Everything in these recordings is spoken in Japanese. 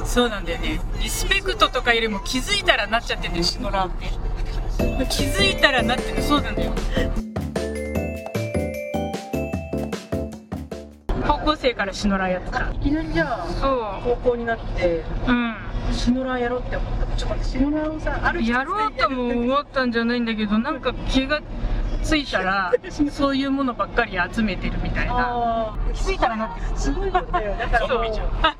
そうなんだよね。リスペクトとかよりも気づいたらなっちゃってるシノラーって。気づいたらなってる。そうなんだよ。高校生からシノラーやってた。 いきなりじゃあ高校になってシノラーやろうって思った。ちょっと待って、シノラーをさ、あるやろうとも思ったんじゃないんだけど、なんか気がついたらそういうものばっかり集めてるみたいな。気づいたらなってる。 すごいことだよ。だからそう。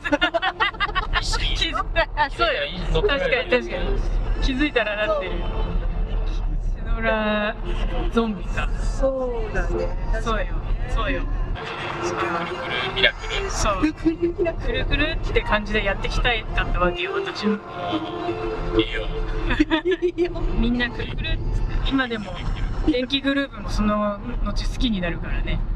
気づいたら、そうよ。確かに気づいたらなってる。シノラーゾンビか。 そうだね。 そうよ。そうよ。 くるくるミラクル。 そう。くるくるって感じでやってきたいかったわけよ、私は。 いいよ。 みんなくるくるって今でも電気グループもその後好きになるからね。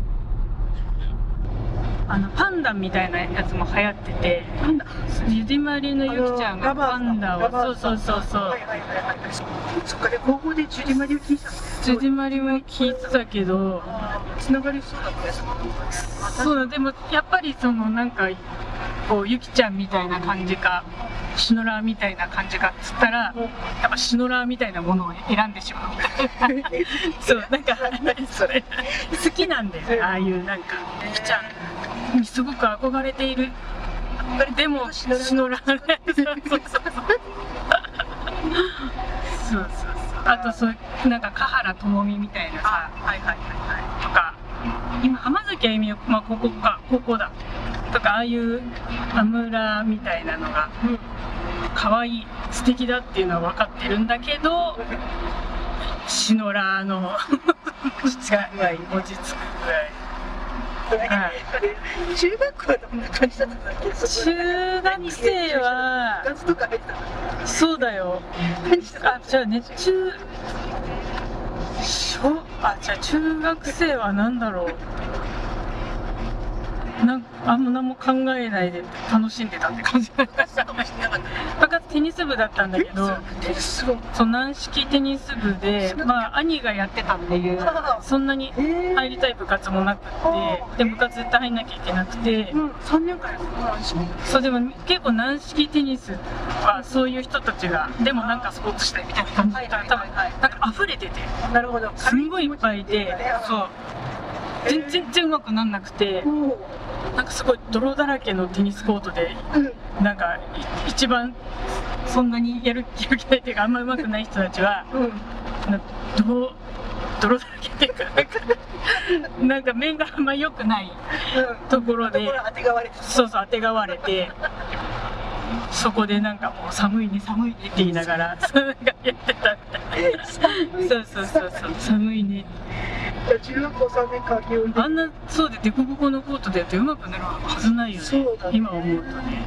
パンダみたいなやつも流行ってて、ジジマリのゆきちゃんがパンダを、そう。 そっか、で高校でジュディマリを聞いてたの。 ジジマリも聞いてたけど、 つながりそうだったね。 そうだ、でもやっぱりそのなんかこうゆきちゃんみたいな感じかシノラーみたいな感じかっつったら、やっぱシノラーみたいなものを選んでしまう。そうなんかそれ好きなんだよ。ああいうなんかゆきちゃんにすごく憧れている。でもシノラーね。そう。あとそうなんか華原朋美みたいなさ、とか今浜崎あゆみはまあ高校だとか、ああいうアムラみたいなのが可愛い素敵だっていうのは分かってるんだけど、シノラーの落ち着く具合。 中学校はどんな感じだったんだっけ？ 中学生は部活とか入ってたの？ そうだよ。じゃあね、じゃあ中学生はなんだろう。何も考えないで楽しんでたって感じ。部活テニス部だったんだけど、軟式テニス部で、まあ兄がやってたっていう、そんなに入りたい部活もなくって、で部活絶対入んなきゃいけなくて、 3年間やってた。 そうでも結構軟式テニスはそういう人たちがでもなんかスポーツしたいみたいな感じで、多分なんか溢れてて、 なるほど。 すんごいいっぱいいて、そう。全然うまくなんなくて、なんかすごい泥だらけのテニスコートで、なんか一番そんなにやる気ないっていうかあんまうまくない人たちは、泥だらけっていうかなんか面があんま良くないところで、 あてがわれて、 そうあてがわれて、そこでなんかもう寒いねって言いながらなんかやってたみたいな。そう寒いね。 中学校3年間あんなそうでデコボコのコートでやってうまくなるはずないよね。 そうだね。 今思うとね。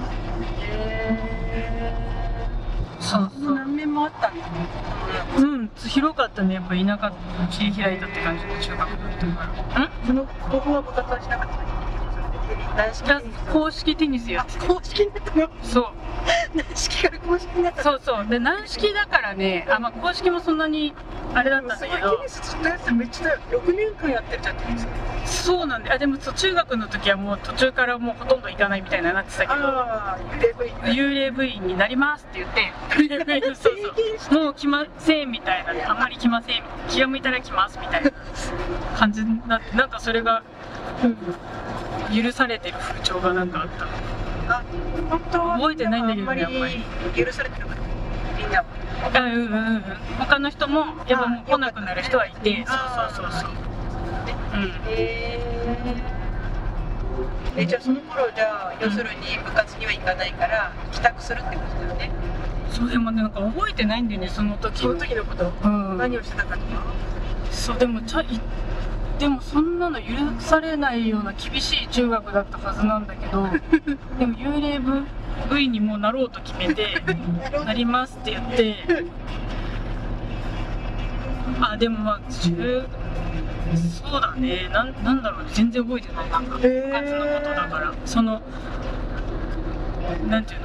そう何面もあったんだね。 広かったね。やっぱ田舎切り開いたって感じの中学だったから。 その高校は部活はしなかったの？ 公式テニスやってた。 公式になったの？ そう。 軟式から公式になったの？ そうで軟式だからね、まあ公式もそんなにあれだったんだけど、 テニスずっとやってめっちゃ6年間やってるじゃんテニス。 そうなんで、でも中学の時はもう途中からもうほとんど行かないみたいななってたけど、幽霊部員になりますって言って、そうもう来ませんみたいな、あんまり来ません、気が向いたら来ますみたいな感じになって、なんかそれが許されてる風潮がなんかあった。 本当は覚えてないんだけどね、やっぱり許されてるからみんな。 他の人もやっぱもう来なくなる人はいて、そう。 じゃあその頃要するに部活には行かないから帰宅するってことだよね。 そうでもね、なんか覚えてないんだよね、その時のこと。 何をしてたかとか。 そうでもそんなの許されないような厳しい中学だったはずなんだけどでも幽霊部員にもうなろうと決めてなりますって言って、でもまあそうだね、なんだろう、全然覚えてない。なんか部活のことだから、なんていう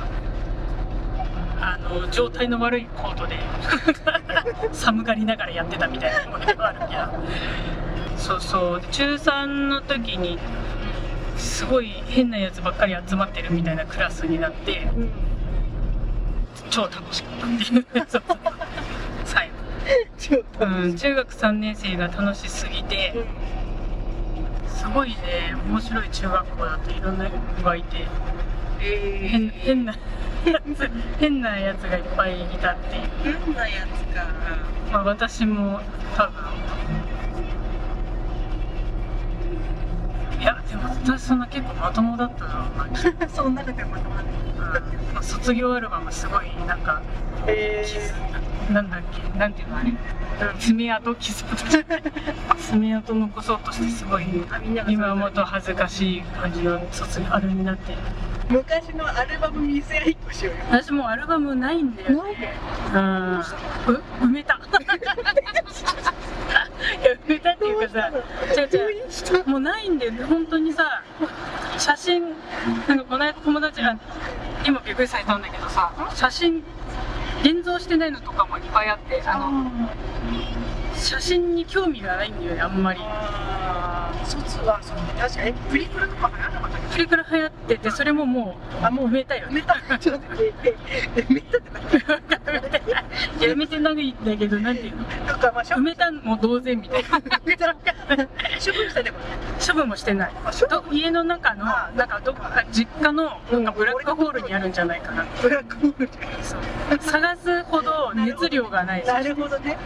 の、状態の悪いコートで寒がりながらやってたみたいな思い出があるけど、そうで中3の時にすごい変なやつばっかり集まってるみたいなクラスになって、超楽しかったっていうそう最後、中学3年生が楽しすぎて、すごいね面白い中学校だっていろんな子がいて、変なやつがいっぱいいたっていう。 変なやつか。 まあ私も多分、いやでも私そんな結構まともだったなそんな中でまとまる。 卒業アルバムすごいなんか、なんだっけ、なんていうのあれ、爪痕爪痕残そうとしてすごい今思うと恥ずかしい感じの卒業アルバムになってる。 昔のアルバム見せ合いっこしようよ。 私もうアルバムないんだよね。埋めた。いや埋めたっていうかさ、もうないんだよね本当にさ。写真なんかこの間友達が今びっくりされたんだけどさ、写真現像してないのとかもいっぱいあって、写真に興味がないんだよねあんまり。 卒はそう確かにプリクラとか流行らなかったっけ？ プリクラ流行ってて、それももう埋めたよね。 埋めた。ちょっと待って、埋めたって何？ やめてないんだけど、なんていうの？埋めたも同然みたいな。 処分したでもね。 処分もしてない。家の中のなんかどこか実家のなんかブラックホールにあるんじゃないかな。 ブラックホール。 そう。探すほど熱量がない。 なるほどね。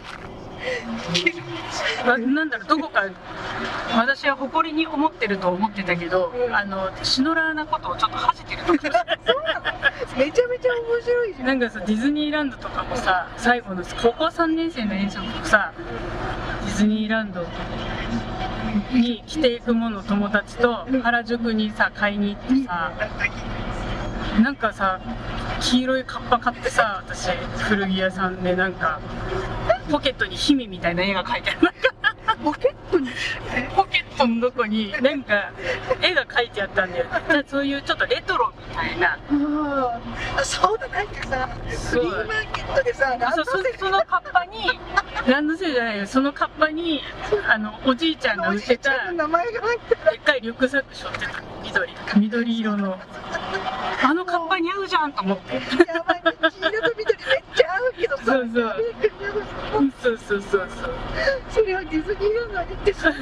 なんだろう、どこか私は誇りに思ってると思ってたけど、シノラーなことをちょっと恥じてるとかめちゃめちゃ面白いじゃん。 なんかさ、ディズニーランドとかもさ、最後の高校3年生の遠足もさ、ディズニーランドに着ていくもの友達と原宿にさ買いに行ってさ、なんかさ黄色いカッパ買ってさ、私古着屋さんでなんかポケットに姫みたいな絵が描いてある。 ポケットにポケットのどこになんか絵が描いてあったんだよ。そういうちょっとレトロみたいな。 そうだ、なんかさフリーマーケットでさそのカッパにランドセルじゃないよ、そのカッパにおじいちゃんが売ってた名前が入ってでっかいリュックサック背負ってた緑色のカッパに合うじゃんと思って。 やばい、黄色と緑めっちゃ合うけどさ。 そうそれはディズニーランドに行ってさ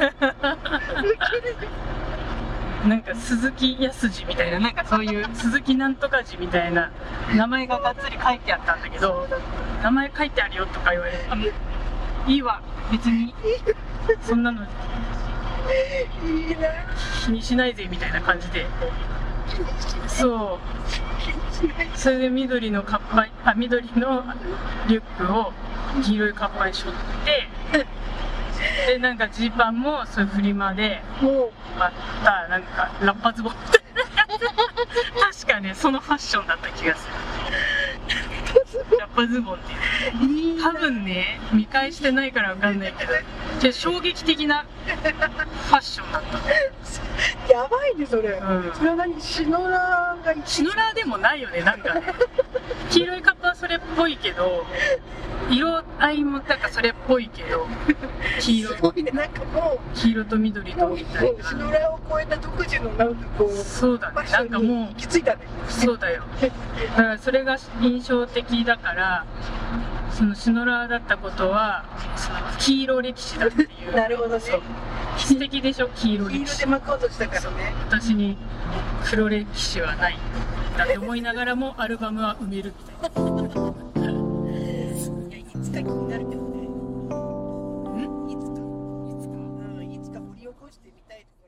なんか鈴木康二みたいな、なんかそういう鈴木なんとか寺みたいな名前ががっつり書いてあったんだけど、名前書いてあるよとか言われて、いいわ別にそんなのいいな、 気にしないぜみたいな感じで、そうそれで緑の緑のリュックを黄色いカッパに背負ってで、なんかジーパンもそういうフリマで買ったなんかラッパズボンみたいな確かねそのファッションだった気がする。ラッパズボンっていう、多分ね見返してないからわかんないけど衝撃的なファッションだった。 やばいねそれ、それは何、シノラーでもないよね、なんか黄色いカップはそれっぽいけど、色合いもなんかそれっぽいけど、黄色すごいね、なんかもう黄色と緑とみたいな、 シノラーを超えた独自のなんかこう、 そうだね、なんかもう行き着いたね。 そうだよ、だからそれが印象的だから、そのシノラーだったことはその黄色歴史だっていうなるほどね、 素敵でしょ、黄色歴史。 黄色で巻こうとしたからね。 私に黒歴史はないだって思いながらもアルバムは埋めるみたいな。 いつか気になるけどね。いつか掘り起こしてみたい。